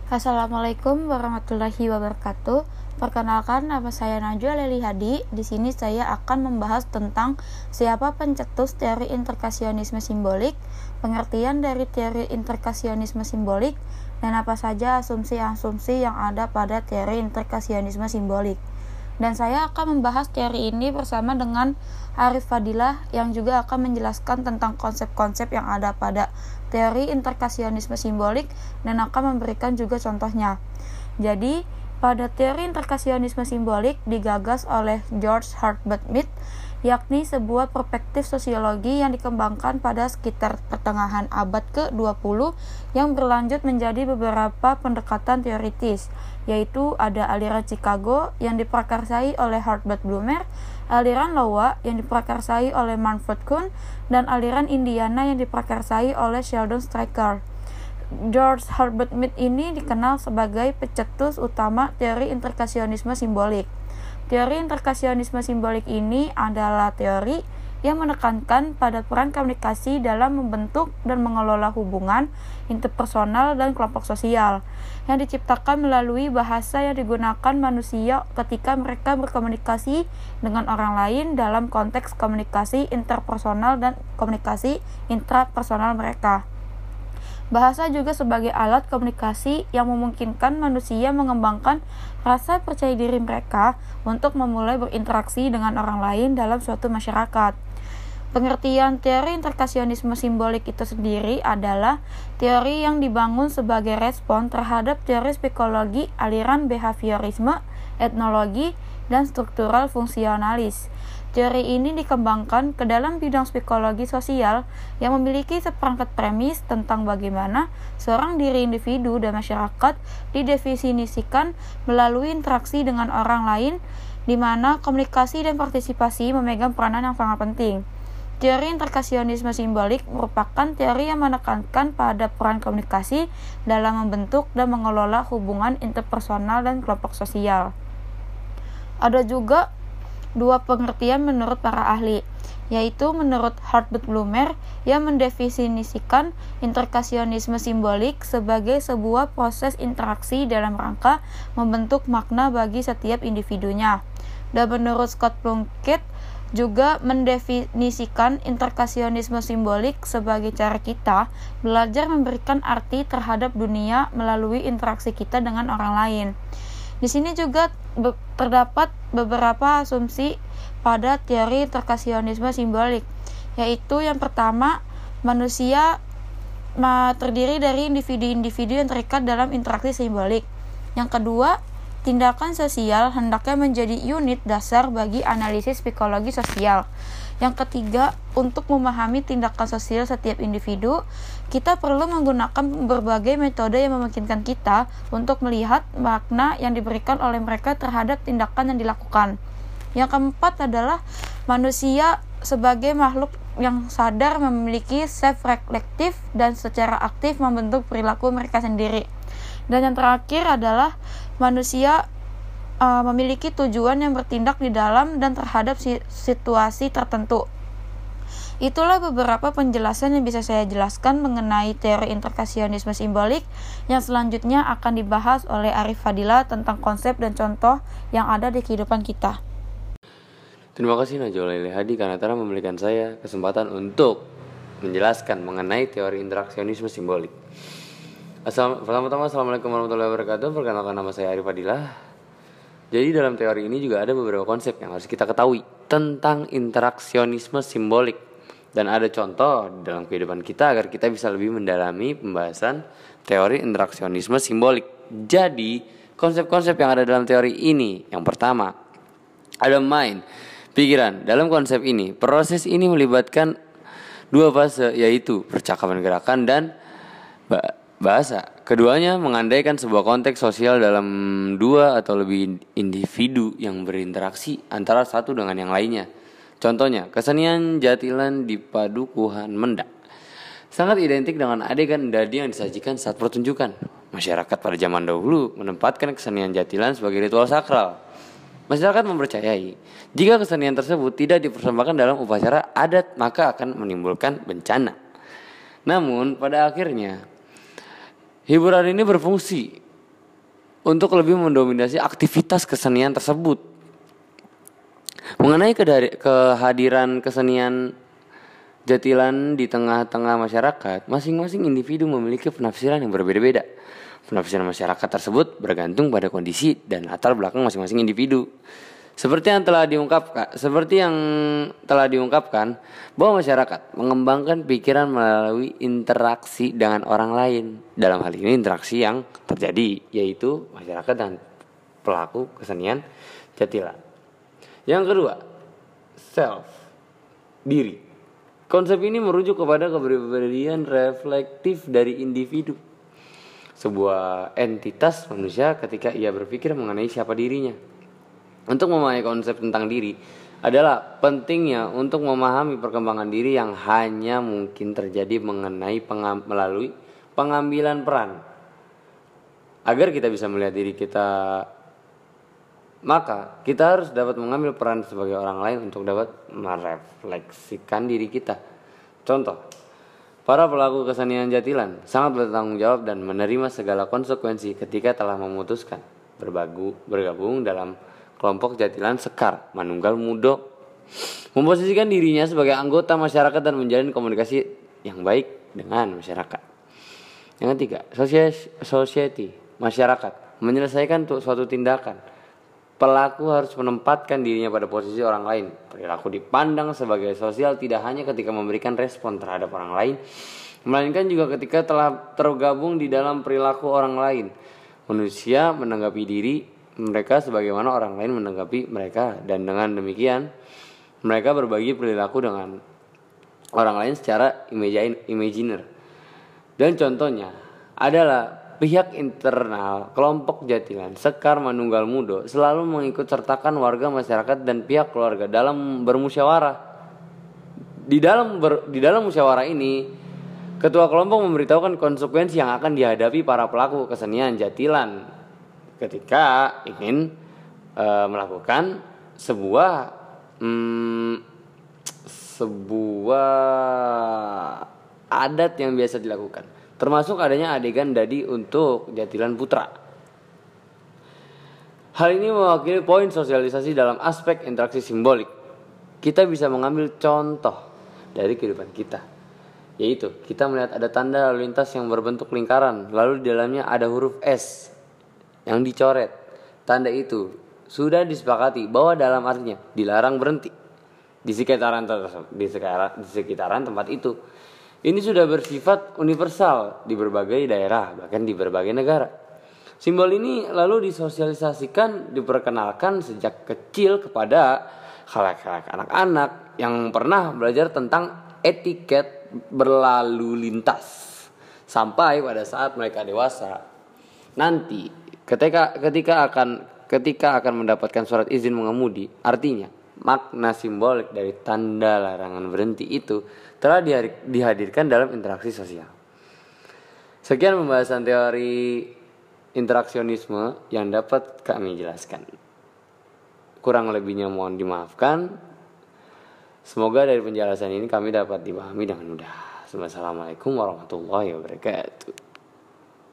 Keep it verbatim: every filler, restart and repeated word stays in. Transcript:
Assalamualaikum warahmatullahi wabarakatuh. Perkenalkan, nama saya Najwa Leli Hadi. Di sini saya akan membahas tentang siapa pencetus teori interkasionisme simbolik, pengertian dari teori interkasionisme simbolik, dan apa saja asumsi-asumsi yang ada pada teori interkasionisme simbolik. Dan saya akan membahas teori ini bersama dengan Arif Fadilah yang juga akan menjelaskan tentang konsep-konsep yang ada pada teori interkasionisme simbolik dan akan memberikan juga contohnya. Jadi, pada teori interkasionisme simbolik digagas oleh George Herbert Mead, yakni sebuah perspektif sosiologi yang dikembangkan pada sekitar pertengahan abad ke dua puluh yang berlanjut menjadi beberapa pendekatan teoritis, yaitu ada aliran Chicago yang diprakarsai oleh Herbert Blumer, aliran Iowa yang diprakarsai oleh Manfred Kuhn, dan aliran Indiana yang diprakarsai oleh Sheldon Stryker. George Herbert Mead ini dikenal sebagai pencetus utama teori interkasionisme simbolik. Teori interkasionisme simbolik ini adalah teori yang menekankan pada peran komunikasi dalam membentuk dan mengelola hubungan interpersonal dan kelompok sosial yang diciptakan melalui bahasa yang digunakan manusia ketika mereka berkomunikasi dengan orang lain dalam konteks komunikasi interpersonal dan komunikasi intrapersonal mereka. Bahasa juga sebagai alat komunikasi yang memungkinkan manusia mengembangkan rasa percaya diri mereka untuk memulai berinteraksi dengan orang lain dalam suatu masyarakat. Pengertian teori interkasionisme simbolik itu sendiri adalah teori yang dibangun sebagai respon terhadap teori psikologi aliran behaviorisme, etnologi, dan struktural fungsionalis. Teori ini dikembangkan ke dalam bidang psikologi sosial yang memiliki seperangkat premis tentang bagaimana seorang diri individu dan masyarakat didefinisikan melalui interaksi dengan orang lain, di mana komunikasi dan partisipasi memegang peranan yang sangat penting. Teori interkasionisme simbolik merupakan teori yang menekankan pada peran komunikasi dalam membentuk dan mengelola hubungan interpersonal dan kelompok sosial. Ada juga dua pengertian menurut para ahli, yaitu menurut Herbert Blumer yang mendefinisikan interkasionisme simbolik sebagai sebuah proses interaksi dalam rangka membentuk makna bagi setiap individunya. Dan menurut Scott Plunkett juga mendefinisikan interkasionisme simbolik sebagai cara kita belajar memberikan arti terhadap dunia melalui interaksi kita dengan orang lain. Di sini juga be- terdapat beberapa asumsi pada teori interkasionisme simbolik, yaitu yang pertama, manusia ma- terdiri dari individu-individu yang terikat dalam interaksi simbolik. Yang kedua, tindakan sosial hendaknya menjadi unit dasar bagi analisis psikologi sosial. Yang ketiga, untuk memahami tindakan sosial setiap individu, kita perlu menggunakan berbagai metode yang memungkinkan kita untuk melihat makna yang diberikan oleh mereka terhadap tindakan yang dilakukan. Yang keempat adalah manusia sebagai makhluk yang sadar memiliki self-reflective dan secara aktif membentuk perilaku mereka sendiri. Dan yang terakhir adalah manusia Uh, memiliki tujuan yang bertindak di dalam dan terhadap si- situasi tertentu. Itulah beberapa penjelasan yang bisa saya jelaskan mengenai teori interkasionisme simbolik, yang selanjutnya akan dibahas oleh Arif Fadilah tentang konsep dan contoh yang ada di kehidupan kita. Terima kasih Najwa Leli Hadi karena telah memberikan saya kesempatan untuk menjelaskan mengenai teori interaksionisme simbolik. Assalamualaikum, pertama-tama Assalamualaikum warahmatullahi wabarakatuh. Perkenalkan, nama saya Arif Fadilah. Jadi dalam teori ini juga ada beberapa konsep yang harus kita ketahui tentang interaksionisme simbolik, dan ada contoh dalam kehidupan kita agar kita bisa lebih mendalami pembahasan teori interaksionisme simbolik. Jadi konsep-konsep yang ada dalam teori ini, yang pertama ada mind, pikiran. Dalam konsep ini, proses ini melibatkan dua fase, yaitu percakapan, gerakan, dan bahasa. Keduanya mengandaikan sebuah konteks sosial dalam dua atau lebih individu yang berinteraksi antara satu dengan yang lainnya. Contohnya, kesenian jatilan di Padukuhan Mendak sangat identik dengan adegan dadi yang disajikan saat pertunjukan. Masyarakat pada zaman dahulu menempatkan kesenian jatilan sebagai ritual sakral. Masyarakat mempercayai jika kesenian tersebut tidak dipersembahkan dalam upacara adat, maka akan menimbulkan bencana. Namun pada akhirnya hiburan ini berfungsi untuk lebih mendominasi aktivitas kesenian tersebut. Mengenai kedari, kehadiran kesenian jatilan di tengah-tengah masyarakat, masing-masing individu memiliki penafsiran yang berbeda-beda. Penafsiran masyarakat tersebut bergantung pada kondisi dan latar belakang masing-masing individu. Seperti yang telah diungkapkan, seperti yang telah diungkapkan bahwa masyarakat mengembangkan pikiran melalui interaksi dengan orang lain. Dalam hal ini interaksi yang terjadi yaitu masyarakat dan pelaku kesenian jatilan. Yang kedua, self, diri. Konsep ini merujuk kepada kepribadian reflektif dari individu, sebuah entitas manusia ketika ia berpikir mengenai siapa dirinya. Untuk memahami konsep tentang diri adalah pentingnya untuk memahami perkembangan diri yang hanya mungkin terjadi mengenai pengam, melalui pengambilan peran. Agar kita bisa melihat diri kita, maka kita harus dapat mengambil peran sebagai orang lain untuk dapat merefleksikan diri kita. Contoh, para pelaku kesenian jatilan sangat bertanggung jawab dan menerima segala konsekuensi ketika telah memutuskan berbagu, bergabung dalam kelompok jatilan Sekar Manunggal Mudo, memposisikan dirinya sebagai anggota masyarakat dan menjalin komunikasi yang baik dengan masyarakat. Yang ketiga, society, masyarakat, menyelesaikan suatu tindakan. Pelaku harus menempatkan dirinya pada posisi orang lain. Perilaku dipandang sebagai sosial tidak hanya ketika memberikan respon terhadap orang lain, melainkan juga ketika telah tergabung di dalam perilaku orang lain. Manusia menanggapi diri mereka sebagaimana orang lain menanggapi mereka, dan dengan demikian mereka berbagi perilaku dengan orang lain secara imajiner. Dan contohnya adalah pihak internal kelompok jatilan Sekar Manunggal Mudo selalu mengikut sertakan warga masyarakat dan pihak keluarga dalam bermusyawarah. Di dalam ber, di dalam musyawarah ini, ketua kelompok memberitahukan konsekuensi yang akan dihadapi para pelaku kesenian jatilan ketika ingin e, melakukan sebuah mm, sebuah adat yang biasa dilakukan, termasuk adanya adegan dadi untuk jatilan putra. Hal ini mewakili poin sosialisasi dalam aspek interaksi simbolik. Kita bisa mengambil contoh dari kehidupan kita, yaitu kita melihat ada tanda lalu lintas yang berbentuk lingkaran, lalu di dalamnya ada huruf S yang dicoret. Tanda itu sudah disepakati bahwa dalam artinya dilarang berhenti di sekitaran di sekitaran, di sekitaran tempat itu. Ini sudah bersifat universal di berbagai daerah, bahkan di berbagai negara. Simbol ini lalu disosialisasikan, diperkenalkan sejak kecil kepada khalayak anak-anak yang pernah belajar tentang etiket berlalu lintas, sampai pada saat mereka dewasa nanti Ketika ketika akan ketika akan mendapatkan surat izin mengemudi, artinya makna simbolik dari tanda larangan berhenti itu telah dihadirkan dalam interaksi sosial. Sekian pembahasan teori interaksionisme yang dapat kami jelaskan. Kurang lebihnya mohon dimaafkan. Semoga dari penjelasan ini kami dapat dipahami dengan mudah. Wassalamualaikum warahmatullahi wabarakatuh.